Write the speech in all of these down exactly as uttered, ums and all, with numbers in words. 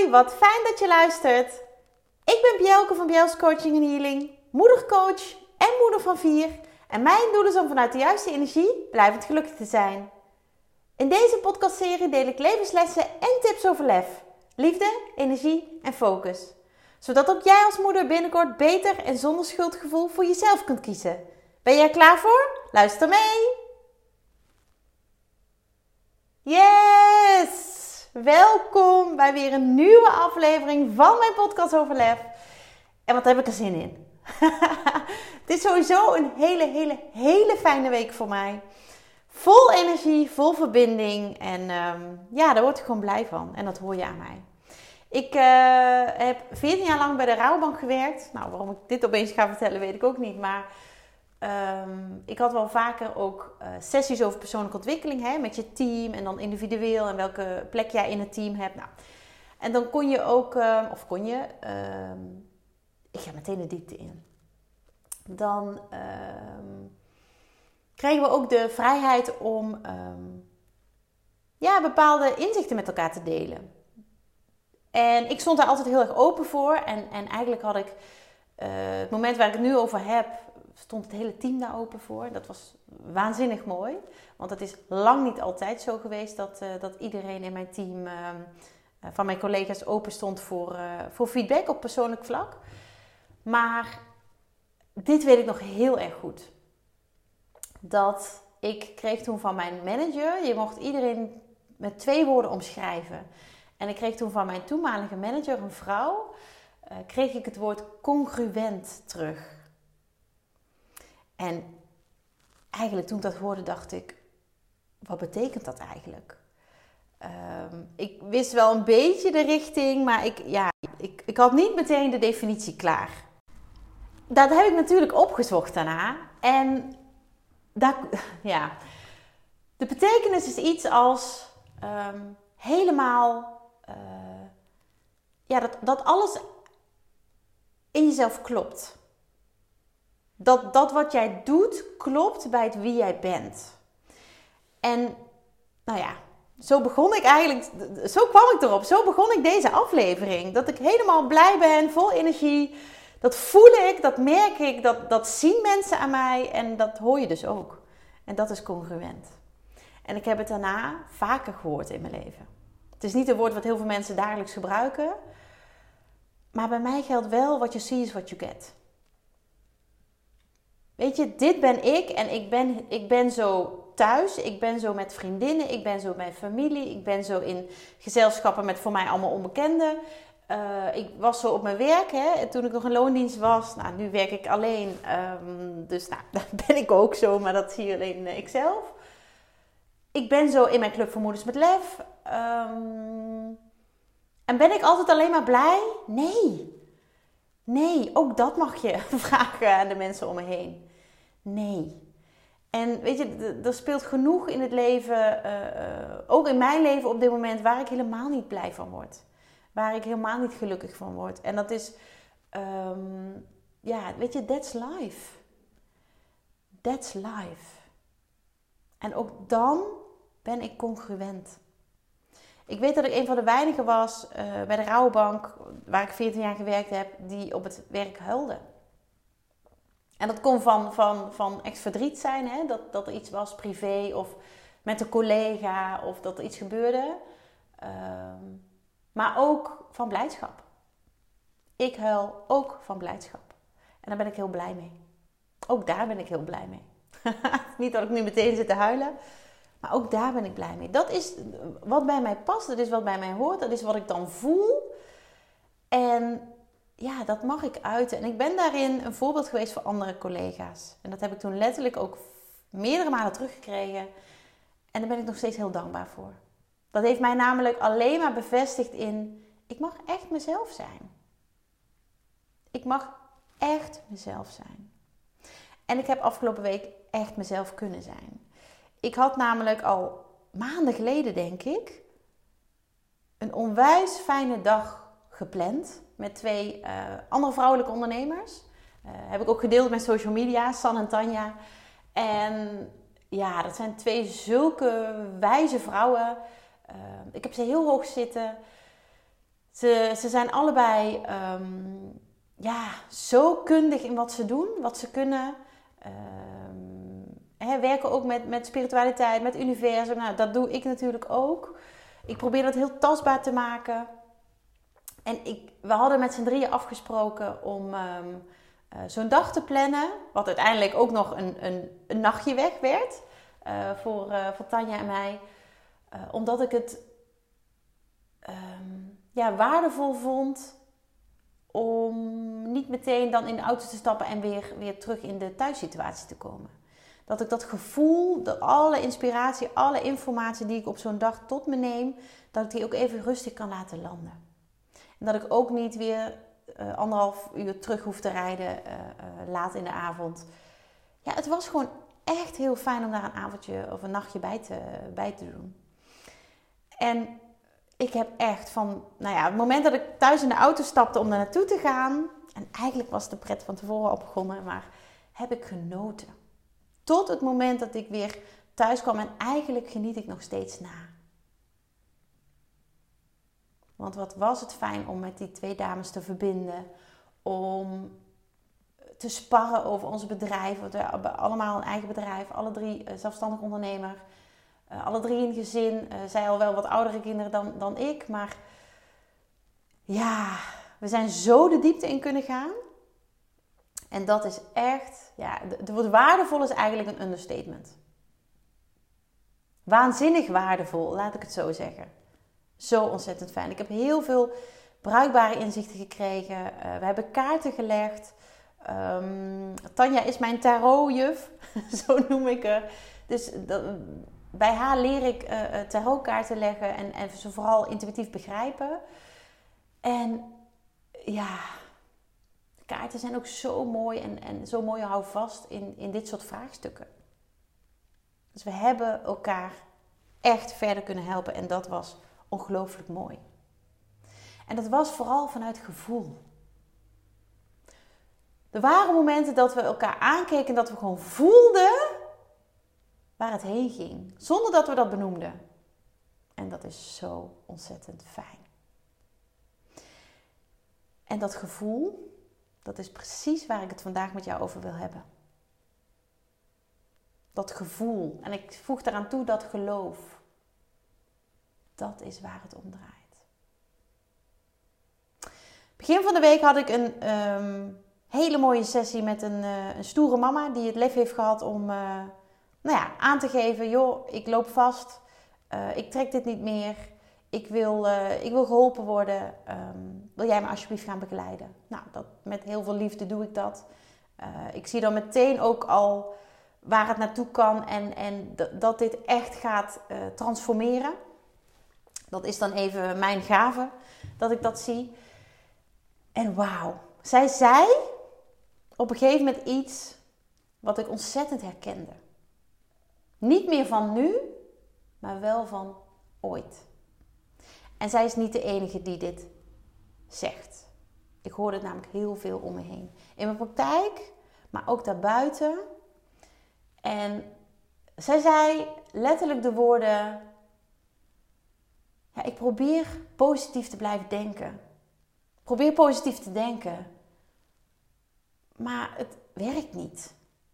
Hoi, wat fijn dat je luistert. Ik ben Bjelke van Bjels Coaching en Healing, moedercoach en moeder van vier. En mijn doel is om vanuit de juiste energie blijvend gelukkig te zijn. In deze podcastserie deel ik levenslessen en tips over lef, liefde, energie en focus. Zodat ook jij als moeder binnenkort beter en zonder schuldgevoel voor jezelf kunt kiezen. Ben jij er klaar voor? Luister mee! Yes! Welkom bij weer een nieuwe aflevering van mijn podcast over lef. En wat heb ik er zin in. Het is sowieso een hele, hele, hele fijne week voor mij. Vol energie, vol verbinding. En um, ja, daar word ik gewoon blij van. En dat hoor je aan mij. Ik uh, heb veertien jaar lang bij de Rouwbank gewerkt. Nou, waarom ik dit opeens ga vertellen, weet ik ook niet. Maar um, ik had wel vaker ook uh, sessies over persoonlijke ontwikkeling. Hè, met je team en dan individueel. En welke plek jij in het team hebt. Nou, en dan kon je ook, uh, of kon je... Uh, ik ga meteen de diepte in. Dan uh, kregen we ook de vrijheid om um, ja, bepaalde inzichten met elkaar te delen. En ik stond daar altijd heel erg open voor. En, en eigenlijk had ik, uh, het moment waar ik het nu over heb, stond het hele team daar open voor. Dat was waanzinnig mooi. Want het is lang niet altijd zo geweest dat, uh, dat iedereen in mijn team, uh, uh, van mijn collega's, open stond voor, uh, voor feedback op persoonlijk vlak. Maar dit weet ik nog heel erg goed. Dat ik kreeg toen van mijn manager, je mocht iedereen met twee woorden omschrijven. En ik kreeg toen van mijn toenmalige manager, een vrouw, uh, kreeg ik het woord congruent terug. En eigenlijk toen ik dat hoorde dacht ik, wat betekent dat eigenlijk? Um, ik wist wel een beetje de richting, maar ik, ja, ik, ik had niet meteen de definitie klaar. Dat heb ik natuurlijk opgezocht daarna. En dat, ja, de betekenis is iets als um, helemaal, uh, ja, dat, dat alles in jezelf klopt. Dat, dat wat jij doet klopt bij het wie jij bent. En nou ja, zo begon ik eigenlijk, zo kwam ik erop. Zo begon ik deze aflevering. Dat ik helemaal blij ben, vol energie. Dat voel ik, dat merk ik, dat, dat zien mensen aan mij en dat hoor je dus ook. En dat is congruent. En ik heb het daarna vaker gehoord in mijn leven. Het is niet een woord wat heel veel mensen dagelijks gebruiken. Maar bij mij geldt wel, what you see is what you get. Weet je, dit ben ik en ik ben, ik ben zo thuis. Ik ben zo met vriendinnen, ik ben zo met familie. Ik ben zo in gezelschappen met voor mij allemaal onbekenden. Uh, ik was zo op mijn werk, hè, toen ik nog in loondienst was. Nou, nu werk ik alleen, um, dus nou, daar ben ik ook zo, maar dat zie je alleen uh, ikzelf. Ik ben zo in mijn Club voor Moeders met Lef. Um, en ben ik altijd alleen maar blij? Nee. Nee, ook dat mag je vragen aan de mensen om me heen. Nee. En weet je, er speelt genoeg in het leven, uh, ook in mijn leven op dit moment, waar ik helemaal niet blij van word. Waar ik helemaal niet gelukkig van word. En dat is, um, ja, weet je, that's life. That's life. En ook dan ben ik congruent. Ik weet dat ik een van de weinigen was uh, bij de Rouwbank, waar ik veertien jaar gewerkt heb, die op het werk huilde. En dat kon van, van, van echt verdriet zijn, hè? Dat, dat er iets was privé of met een collega of dat er iets gebeurde. Um, Maar ook van blijdschap. Ik huil ook van blijdschap. En daar ben ik heel blij mee. Ook daar ben ik heel blij mee. Niet dat ik nu meteen zit te huilen. Maar ook daar ben ik blij mee. Dat is wat bij mij past. Dat is wat bij mij hoort. Dat is wat ik dan voel. En ja, dat mag ik uiten. En ik ben daarin een voorbeeld geweest voor andere collega's. En dat heb ik toen letterlijk ook meerdere malen teruggekregen. En daar ben ik nog steeds heel dankbaar voor. Dat heeft mij namelijk alleen maar bevestigd in, ik mag echt mezelf zijn. Ik mag echt mezelf zijn. En ik heb afgelopen week echt mezelf kunnen zijn. Ik had namelijk al maanden geleden, denk ik, een onwijs fijne dag gepland met twee uh, andere vrouwelijke ondernemers. Uh, heb ik ook gedeeld op mijn social media, San en Tanja. En ja, dat zijn twee zulke wijze vrouwen. Uh, ik heb ze heel hoog zitten. Ze, ze zijn allebei um, ja, zo kundig in wat ze doen, wat ze kunnen. Um, hè, werken ook met, met spiritualiteit, met universum. Nou, dat doe ik natuurlijk ook. Ik probeer dat heel tastbaar te maken. En ik, we hadden met z'n drieën afgesproken om um, uh, zo'n dag te plannen. Wat uiteindelijk ook nog een, een, een nachtje weg werd. Uh, voor, uh, voor Tanja en mij. Uh, omdat ik het um, ja, waardevol vond om niet meteen dan in de auto te stappen en weer, weer terug in de thuissituatie te komen. Dat ik dat gevoel, dat alle inspiratie, alle informatie die ik op zo'n dag tot me neem, dat ik die ook even rustig kan laten landen. En dat ik ook niet weer uh, anderhalf uur terug hoef te rijden uh, uh, laat in de avond. Ja, het was gewoon echt heel fijn om daar een avondje of een nachtje bij te, bij te doen. En ik heb echt van, nou ja, het moment dat ik thuis in de auto stapte om daar naartoe te gaan. En eigenlijk was de pret van tevoren al begonnen, maar heb ik genoten. Tot het moment dat ik weer thuis kwam en eigenlijk geniet ik nog steeds na. Want wat was het fijn om met die twee dames te verbinden. Om te sparren over ons bedrijf. We hebben allemaal een eigen bedrijf. Alle drie zelfstandig ondernemer. Uh, alle drie in gezin. Uh, zij al wel wat oudere kinderen dan, dan ik. Maar ja, we zijn zo de diepte in kunnen gaan. En dat is echt, ja, het woord waardevol is eigenlijk een understatement. Waanzinnig waardevol, laat ik het zo zeggen. Zo ontzettend fijn. Ik heb heel veel bruikbare inzichten gekregen. Uh, we hebben kaarten gelegd. Um, Tanja is mijn tarotjuf, zo noem ik haar. Dus dat, bij haar leer ik uh, tarotkaarten leggen en, en ze vooral intuïtief begrijpen. En ja, kaarten zijn ook zo mooi en, en zo mooi houvast in, in dit soort vraagstukken. Dus we hebben elkaar echt verder kunnen helpen en dat was ongelooflijk mooi. En dat was vooral vanuit gevoel. Er waren momenten dat we elkaar aankeken en dat we gewoon voelden waar het heen ging. Zonder dat we dat benoemden. En dat is zo ontzettend fijn. En dat gevoel, dat is precies waar ik het vandaag met jou over wil hebben. Dat gevoel. En ik voeg daaraan toe dat geloof. Dat is waar het om draait. Begin van de week had ik een um, hele mooie sessie met een, uh, een stoere mama die het lef heeft gehad om uh, nou ja, aan te geven, joh, ik loop vast, uh, ik trek dit niet meer, ik wil, uh, ik wil geholpen worden, um, wil jij me alsjeblieft gaan begeleiden? Nou, dat, met heel veel liefde doe ik dat. Uh, ik zie dan meteen ook al waar het naartoe kan en, en d- dat dit echt gaat uh, transformeren. Dat is dan even mijn gave, dat ik dat zie. En wauw, zij zei op een gegeven moment iets wat ik ontzettend herkende. Niet meer van nu, maar wel van ooit. En zij is niet de enige die dit zegt. Ik hoor het namelijk heel veel om me heen. In mijn praktijk, maar ook daarbuiten. En zij zei letterlijk de woorden: ja, ik probeer positief te blijven denken. Probeer positief te denken. Maar het werkt niet.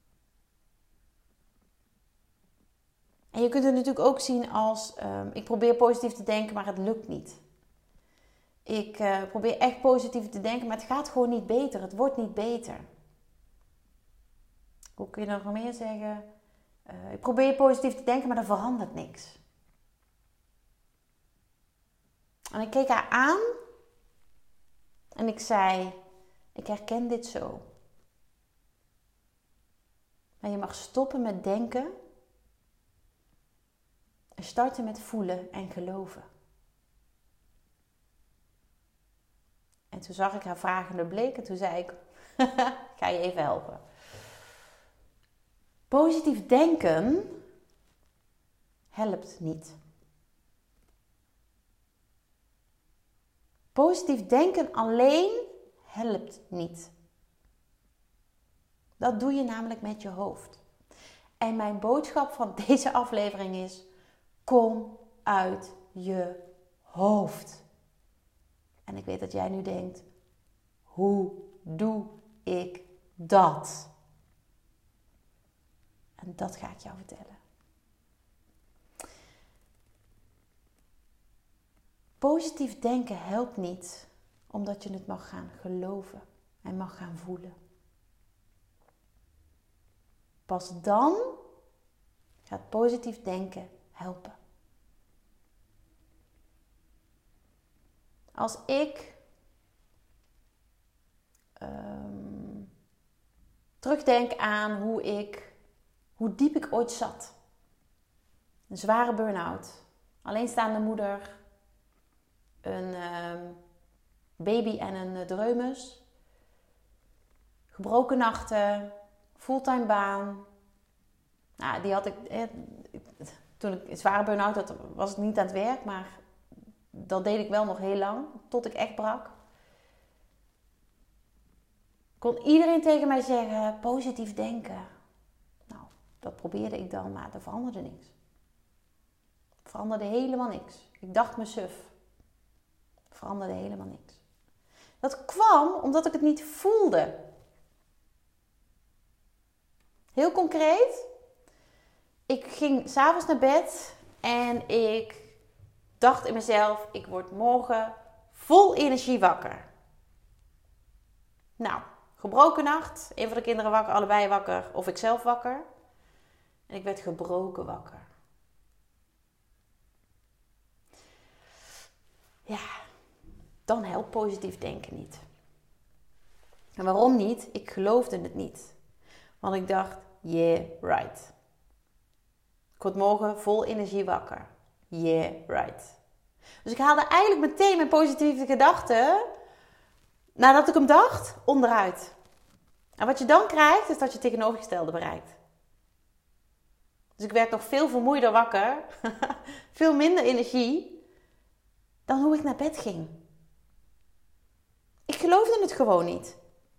En je kunt het natuurlijk ook zien als um, ik probeer positief te denken, maar het lukt niet. Ik uh, probeer echt positief te denken, maar het gaat gewoon niet beter. Het wordt niet beter. Hoe kun je nog meer zeggen? Uh, ik probeer positief te denken, maar er verandert niks. En ik keek haar aan en ik zei: ik herken dit zo. Maar je mag stoppen met denken en starten met voelen en geloven. En toen zag ik haar vragende blik en toen zei ik: ga je even helpen. Positief denken helpt niet. Positief denken alleen helpt niet. Dat doe je namelijk met je hoofd. En mijn boodschap van deze aflevering is: kom uit je hoofd. En ik En ik weet dat jij nu denkt, hoe doe ik dat? En dat ga ik jou vertellen. Positief denken helpt niet, omdat je het mag gaan geloven en mag gaan voelen. Pas dan gaat positief denken helpen. Als ik um, terugdenk aan hoe ik, hoe diep ik ooit zat. Een zware burn-out. Alleenstaande moeder. Een um, baby en een dreumes. Gebroken nachten. Fulltime baan. Nou, die had ik... Eh, toen ik een zware burn-out had, was ik niet aan het werk. Maar dat deed ik wel nog heel lang. Tot ik echt brak. Kon iedereen tegen mij zeggen, positief denken. Nou, dat probeerde ik dan, maar er veranderde niks. Er veranderde helemaal niks. Ik dacht me suf. Er veranderde helemaal niks. Dat kwam omdat ik het niet voelde. Heel concreet. Ik ging 's avonds naar bed en ik dacht in mezelf, ik word morgen vol energie wakker. Nou, gebroken nacht. Een van de kinderen wakker, allebei wakker. Of ik zelf wakker. En ik werd gebroken wakker. Ja, dan helpt positief denken niet. En waarom niet? Ik geloofde het niet. Want ik dacht, yeah, right. Ik word morgen vol energie wakker. Yeah, right. Dus ik haalde eigenlijk meteen mijn positieve gedachten, nadat ik hem dacht, onderuit. En wat je dan krijgt, is dat je het tegenovergestelde bereikt. Dus ik werd nog veel vermoeider wakker. Veel minder energie dan hoe ik naar bed ging. Ik geloofde het gewoon niet.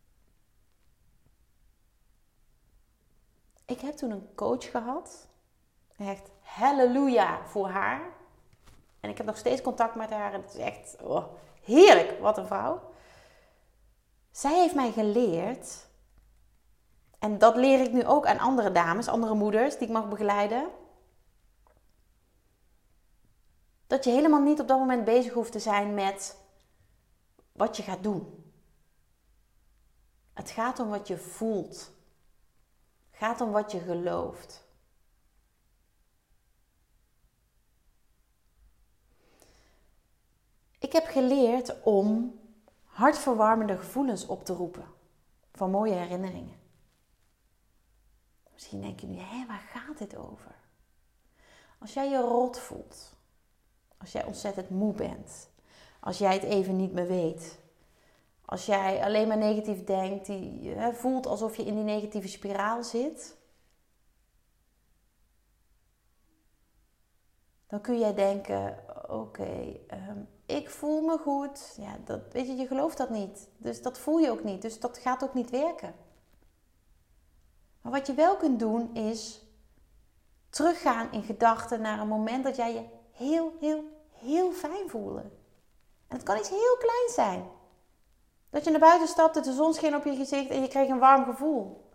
Ik heb toen een coach gehad. Echt halleluja voor haar. En ik heb nog steeds contact met haar. En het is echt oh, heerlijk. Wat een vrouw. Zij heeft mij geleerd. En dat leer ik nu ook aan andere dames, andere moeders die ik mag begeleiden. Dat je helemaal niet op dat moment bezig hoeft te zijn met wat je gaat doen. Het gaat om wat je voelt. Het gaat om wat je gelooft. Ik heb geleerd om hartverwarmende gevoelens op te roepen. Van mooie herinneringen. Misschien denk je nu, hé, waar gaat dit over? Als jij je rot voelt. Als jij ontzettend moe bent. Als jij het even niet meer weet. Als jij alleen maar negatief denkt. Die, hè, voelt alsof je in die negatieve spiraal zit. Dan kun jij denken, oké, okay, um, ik voel me goed. Ja, dat, weet je, je gelooft dat niet. Dus dat voel je ook niet. Dus dat gaat ook niet werken. Maar wat je wel kunt doen is teruggaan in gedachten naar een moment dat jij je heel, heel, heel fijn voelde. En het kan iets heel kleins zijn. Dat je naar buiten stapte, de zon scheen op je gezicht en je kreeg een warm gevoel.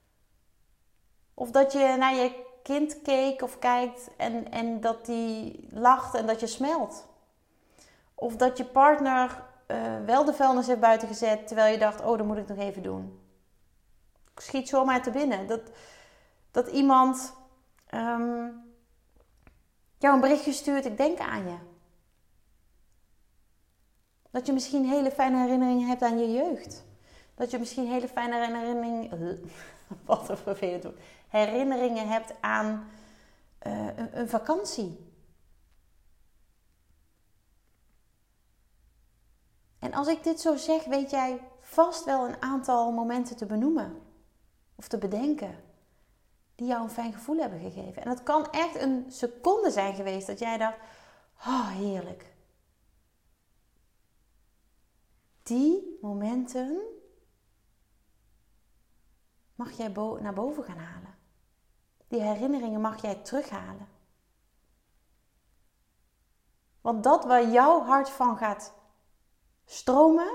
Of dat je naar je kind keek of kijkt en, en dat die lacht en dat je smelt. Of dat je partner uh, wel de vuilnis heeft buiten gezet terwijl je dacht, oh, dat moet ik nog even doen. Schiet zomaar te binnen. Dat, dat iemand um, jou een berichtje stuurt, ik denk aan je. Dat je misschien hele fijne herinneringen hebt aan je jeugd. Dat je misschien hele fijne herinneringen... Wat een vervelend woord. Herinneringen hebt aan uh, een, een vakantie. En als ik dit zo zeg, weet jij vast wel een aantal momenten te benoemen. Of te bedenken. Die jou een fijn gevoel hebben gegeven. En het kan echt een seconde zijn geweest dat jij dacht, oh heerlijk. Die momenten mag jij bo- naar boven gaan halen. Die herinneringen mag jij terughalen. Want dat waar jouw hart van gaat stromen.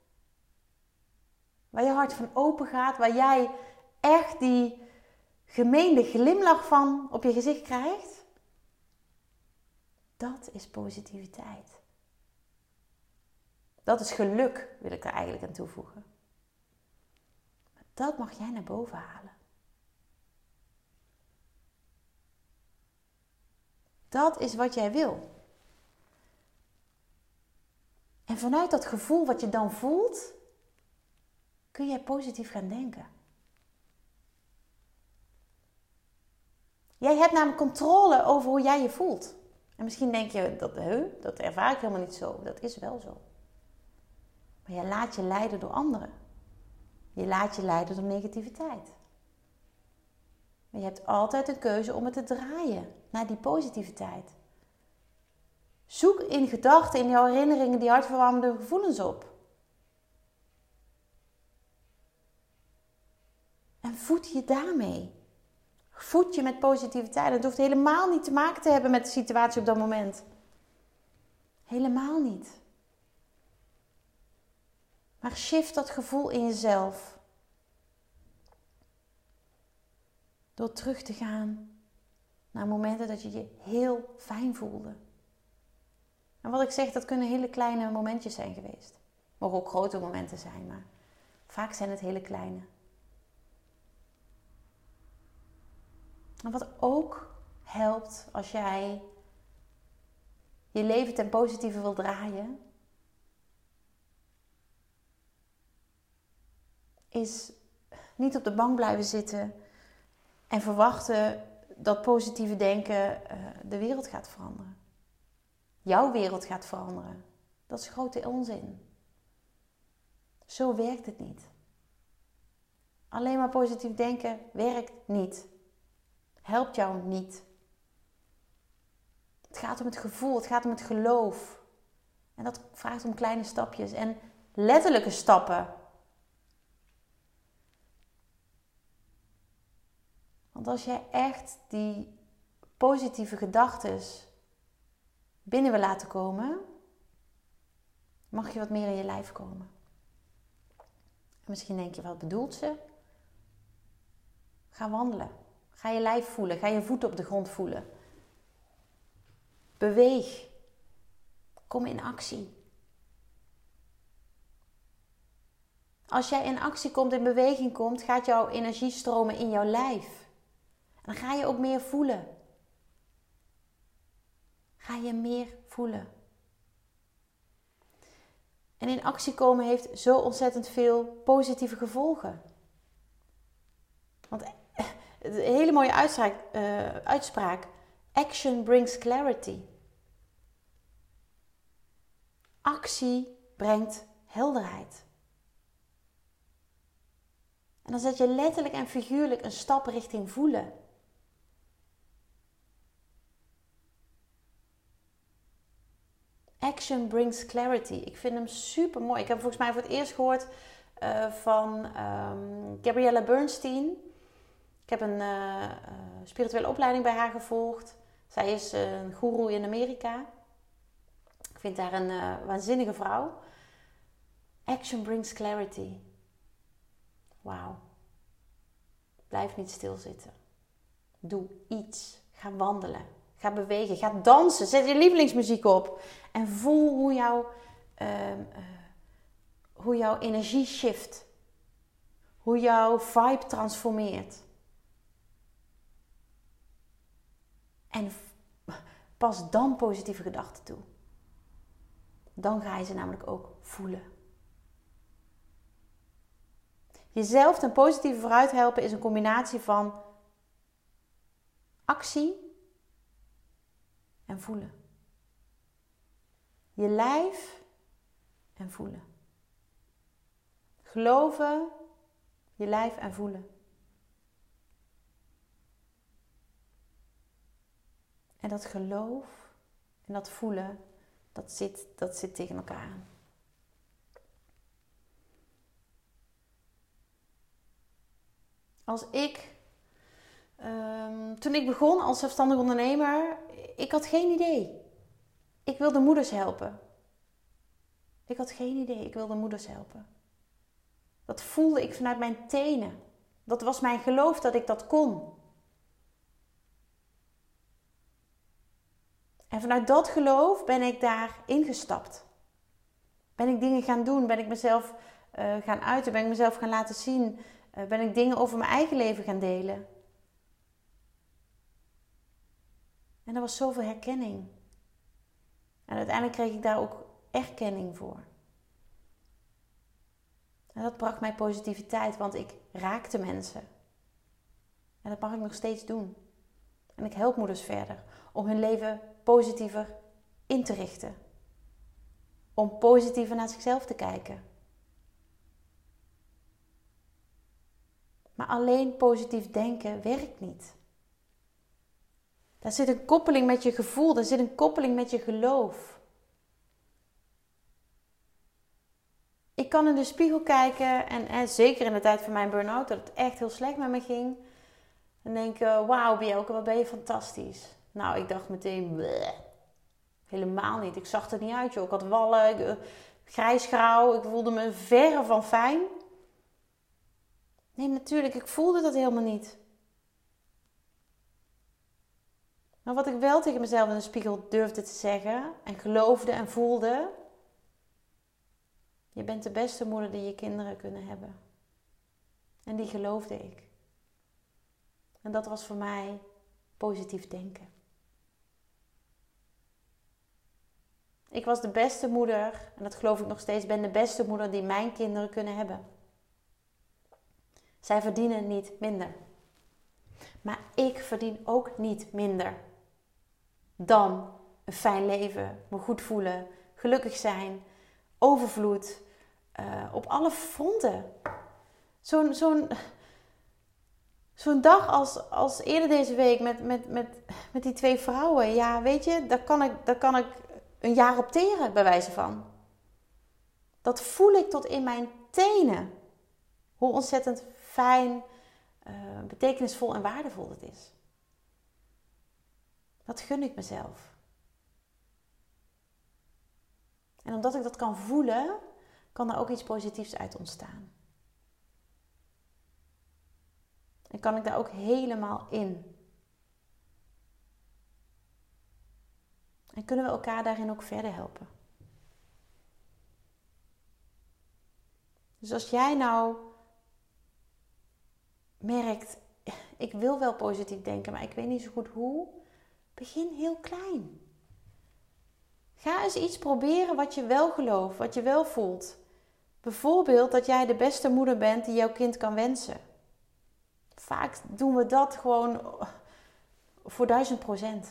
Waar je hart van open gaat. Waar jij echt die gemeende glimlach van op je gezicht krijgt. Dat is positiviteit. Dat is geluk, wil ik er eigenlijk aan toevoegen. Maar dat mag jij naar boven halen. Dat is wat jij wil. En vanuit dat gevoel wat je dan voelt, kun jij positief gaan denken. Jij hebt namelijk controle over hoe jij je voelt. En misschien denk je, dat, huh, dat ervaar ik helemaal niet zo. Dat is wel zo. Maar je laat je leiden door anderen. Je laat je leiden door negativiteit. Maar je hebt altijd een keuze om het te draaien naar die positiviteit. Zoek in gedachten, in jouw herinneringen, die hartverwarmende gevoelens op. En voed je daarmee. Voed je met positiviteit. Het hoeft helemaal niet te maken te hebben met de situatie op dat moment. Helemaal niet. Maar shift dat gevoel in jezelf. Door terug te gaan naar momenten dat je je heel fijn voelde. En wat ik zeg, dat kunnen hele kleine momentjes zijn geweest. Mogen ook grote momenten zijn, maar vaak zijn het hele kleine. En wat ook helpt als jij je leven ten positieve wil draaien, is niet op de bank blijven zitten en verwachten dat positieve denken uh, de wereld gaat veranderen. Jouw wereld gaat veranderen. Dat is grote onzin. Zo werkt het niet. Alleen maar positief denken werkt niet. Helpt jou niet. Het gaat om het gevoel, het gaat om het geloof. En dat vraagt om kleine stapjes en letterlijke stappen. Want als jij echt die positieve gedachten binnen wil laten komen, mag je wat meer in je lijf komen. En misschien denk je, wat bedoelt ze? Ga wandelen. Ga je lijf voelen. Ga je voeten op de grond voelen. Beweeg. Kom in actie. Als jij in actie komt, in beweging komt, gaat jouw energie stromen in jouw lijf. En dan ga je ook meer voelen. Ga je meer voelen. En in actie komen heeft zo ontzettend veel positieve gevolgen. Want een hele mooie uitspraak, uh, uitspraak. Action brings clarity. Actie brengt helderheid. En dan zet je letterlijk en figuurlijk een stap richting voelen. Action brings clarity. Ik vind hem super mooi. Ik heb volgens mij voor het eerst gehoord uh, van um, Gabriella Bernstein. Ik heb een uh, uh, spirituele opleiding bij haar gevolgd. Zij is uh, een goeroe in Amerika. Ik vind haar een uh, waanzinnige vrouw. Action brings clarity. Wauw. Blijf niet stilzitten. Doe iets. Ga wandelen. Ga bewegen. Ga dansen. Zet je lievelingsmuziek op. En voel hoe, jou, uh, uh, hoe jouw energie shift. Hoe jouw vibe transformeert. En pas dan positieve gedachten toe. Dan ga je ze namelijk ook voelen. Jezelf ten positieve vooruit helpen is een combinatie van actie en voelen. Je lijf en voelen. Geloven, je lijf en voelen. En dat geloof en dat voelen, dat zit, dat zit tegen elkaar aan. Als ik, um, toen ik begon als zelfstandig ondernemer, ik had geen idee. Ik wilde moeders helpen. Ik had geen idee, ik wilde moeders helpen. Dat voelde ik vanuit mijn tenen. Dat was mijn geloof dat ik dat kon. En vanuit dat geloof ben ik daar ingestapt. Ben ik dingen gaan doen, ben ik mezelf uh, gaan uiten, ben ik mezelf gaan laten zien. Uh, ben ik dingen over mijn eigen leven gaan delen. En er was zoveel herkenning. En uiteindelijk kreeg ik daar ook erkenning voor. En dat bracht mij positiviteit, want ik raakte mensen. En dat mag ik nog steeds doen. En ik help moeders verder om hun leven positiever in te richten. Om positiever naar zichzelf te kijken. Maar alleen positief denken werkt niet. Daar zit een koppeling met je gevoel, daar zit een koppeling met je geloof. Ik kan in de spiegel kijken en, en zeker in de tijd van mijn burn-out, dat het echt heel slecht met me ging. En denken, wauw Bjelke, wat ben je fantastisch. Nou, ik dacht meteen, bleh, helemaal niet. Ik zag er niet uit, joh. Ik had wallen, ik, uh, grijsgrauw, ik voelde me verre van fijn. Nee, natuurlijk, ik voelde dat helemaal niet. Maar wat ik wel tegen mezelf in de spiegel durfde te zeggen en geloofde en voelde, je bent de beste moeder die je kinderen kunnen hebben. En die geloofde ik. En dat was voor mij positief denken. Ik was de beste moeder, en dat geloof ik nog steeds, ben de beste moeder die mijn kinderen kunnen hebben. Zij verdienen niet minder. Maar ik verdien ook niet minder dan een fijn leven, me goed voelen, gelukkig zijn, overvloed, uh, op alle fronten. Zo'n, zo'n, zo'n dag als, als eerder deze week met, met, met, met die twee vrouwen. Ja, weet je, daar kan ik, daar kan ik een jaar op teren, bij wijze van. Dat voel ik tot in mijn tenen. Hoe ontzettend fijn, uh, betekenisvol en waardevol het is. Dat gun ik mezelf. En omdat ik dat kan voelen, kan er ook iets positiefs uit ontstaan. En kan ik daar ook helemaal in. En kunnen we elkaar daarin ook verder helpen. Dus als jij nou merkt, ik wil wel positief denken, maar ik weet niet zo goed hoe, begin heel klein. Ga eens iets proberen wat je wel gelooft, wat je wel voelt. Bijvoorbeeld dat jij de beste moeder bent die jouw kind kan wensen. Vaak doen we dat gewoon voor duizend procent.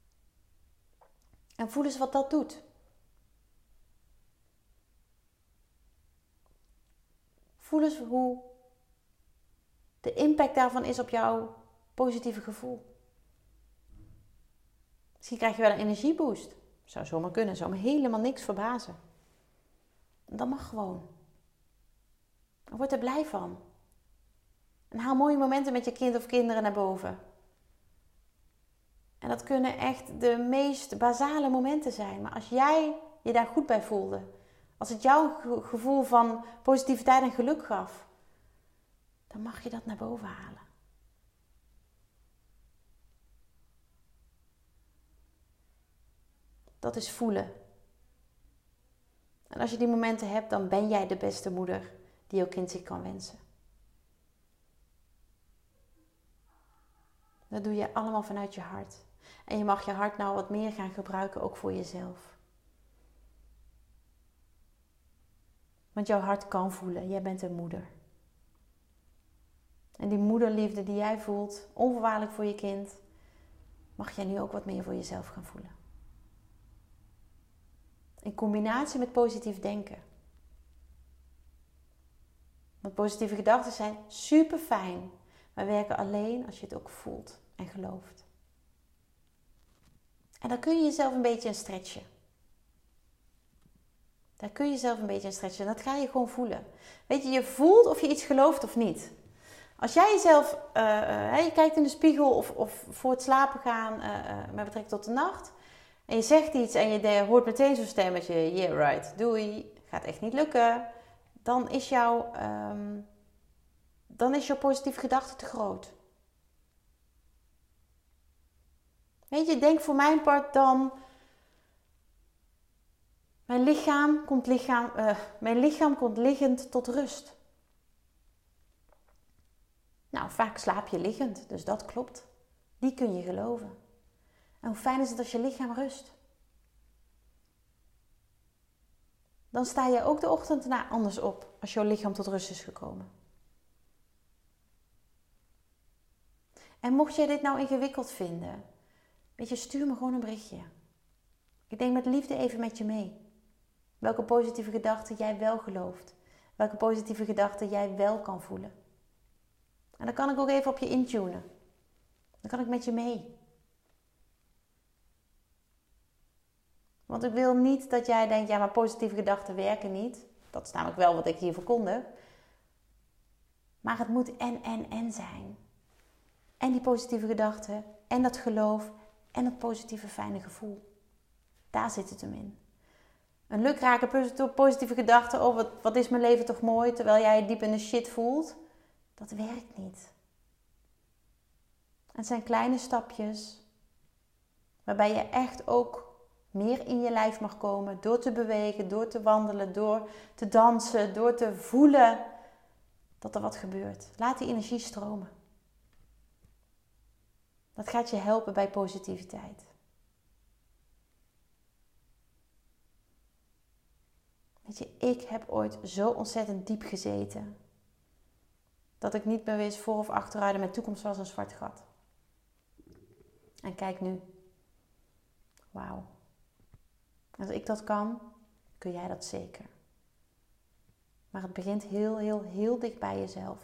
En voel eens wat dat doet. Voel eens hoe de impact daarvan is op jouw positieve gevoel. Misschien krijg je wel een energieboost. Zou zomaar kunnen, zou me helemaal niks verbazen. Dat mag gewoon. Word er blij van. En haal mooie momenten met je kind of kinderen naar boven. En dat kunnen echt de meest basale momenten zijn. Maar als jij je daar goed bij voelde. Als het jou een gevoel van positiviteit en geluk gaf. Dan mag je dat naar boven halen. Dat is voelen. En als je die momenten hebt, dan ben jij de beste moeder die jouw kind zich kan wensen. Dat doe je allemaal vanuit je hart. En je mag je hart nou wat meer gaan gebruiken, ook voor jezelf. Want jouw hart kan voelen, jij bent een moeder. En die moederliefde die jij voelt, onvoorwaardelijk voor je kind, mag jij nu ook wat meer voor jezelf gaan voelen. In combinatie met positief denken. Want positieve gedachten zijn super fijn, maar werken alleen als je het ook voelt en gelooft. En dan kun je jezelf een beetje een stretchen. Daar kun je jezelf een beetje een stretchen. En dat ga je gewoon voelen. Weet je, je voelt of je iets gelooft of niet. Als jij jezelf, uh, uh, je kijkt in de spiegel of, of voor het slapen gaan uh, uh, met betrekking tot de nacht. En je zegt iets en je hoort meteen zo'n stemmetje. Yeah, right. Doei. gaat echt niet lukken, dan is jouw, um, dan is jouw positieve gedachte te groot. Weet je, denk voor mijn part dan, mijn lichaam komt, lichaam, uh, mijn lichaam komt liggend tot rust. Nou, vaak slaap je liggend, dus dat klopt. Die kun je geloven. En hoe fijn is het als je lichaam rust? Dan sta je ook de ochtend daarna anders op als jouw lichaam tot rust is gekomen. En mocht jij dit nou ingewikkeld vinden, weet je, stuur me gewoon een berichtje. Ik denk met liefde even met je mee. Welke positieve gedachten jij wel gelooft. Welke positieve gedachten jij wel kan voelen. En dan kan ik ook even op je intunen. Dan kan ik met je mee. Want ik wil niet dat jij denkt, ja, maar positieve gedachten werken niet. Dat is namelijk wel wat ik hier verkondig. Maar het moet en, en, en zijn. En die positieve gedachten, en dat geloof, en dat positieve fijne gevoel. Daar zit het hem in. Een lukrake positieve gedachte, oh wat, wat is mijn leven toch mooi, terwijl jij je diep in de shit voelt. Dat werkt niet. Het zijn kleine stapjes, waarbij je echt ook meer in je lijf mag komen, door te bewegen, door te wandelen, door te dansen, door te voelen dat er wat gebeurt. Laat die energie stromen. Dat gaat je helpen bij positiviteit. Weet je, ik heb ooit zo ontzettend diep gezeten, dat ik niet meer wist voor of achteruit en mijn toekomst was een zwart gat. En kijk nu. Wauw. Als ik dat kan, kun jij dat zeker. Maar het begint heel, heel, heel dicht bij jezelf.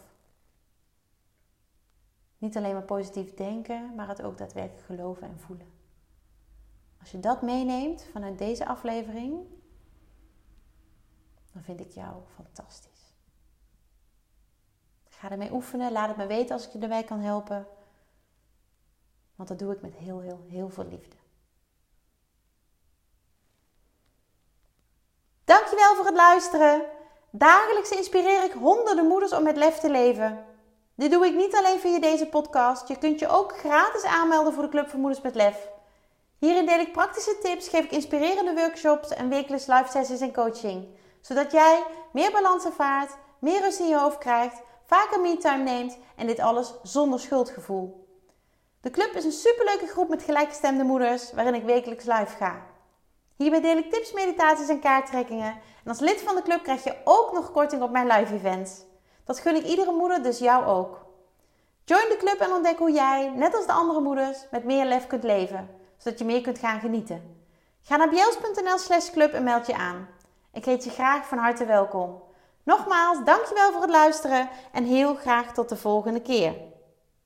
Niet alleen maar positief denken, maar het ook daadwerkelijk geloven en voelen. Als je dat meeneemt vanuit deze aflevering, dan vind ik jou fantastisch. Ga ermee oefenen, laat het me weten als ik je erbij kan helpen. Want dat doe ik met heel, heel, heel veel liefde. Dankjewel voor het luisteren. Dagelijks inspireer ik honderden moeders om met lef te leven. Dit doe ik niet alleen via deze podcast. Je kunt je ook gratis aanmelden voor de Club voor Moeders met Lef. Hierin deel ik praktische tips, geef ik inspirerende workshops en wekelijks live sessies en coaching. Zodat jij meer balans ervaart, meer rust in je hoofd krijgt, vaker me-time neemt en dit alles zonder schuldgevoel. De club is een superleuke groep met gelijkgestemde moeders waarin ik wekelijks live ga. Hierbij deel ik tips, meditaties en kaarttrekkingen. En als lid van de club krijg je ook nog korting op mijn live events. Dat gun ik iedere moeder, dus jou ook. Join de club en ontdek hoe jij, net als de andere moeders, met meer lef kunt leven. Zodat je meer kunt gaan genieten. Ga naar bjels.nl slash club en meld je aan. Ik heet je graag van harte welkom. Nogmaals, dankjewel voor het luisteren en heel graag tot de volgende keer.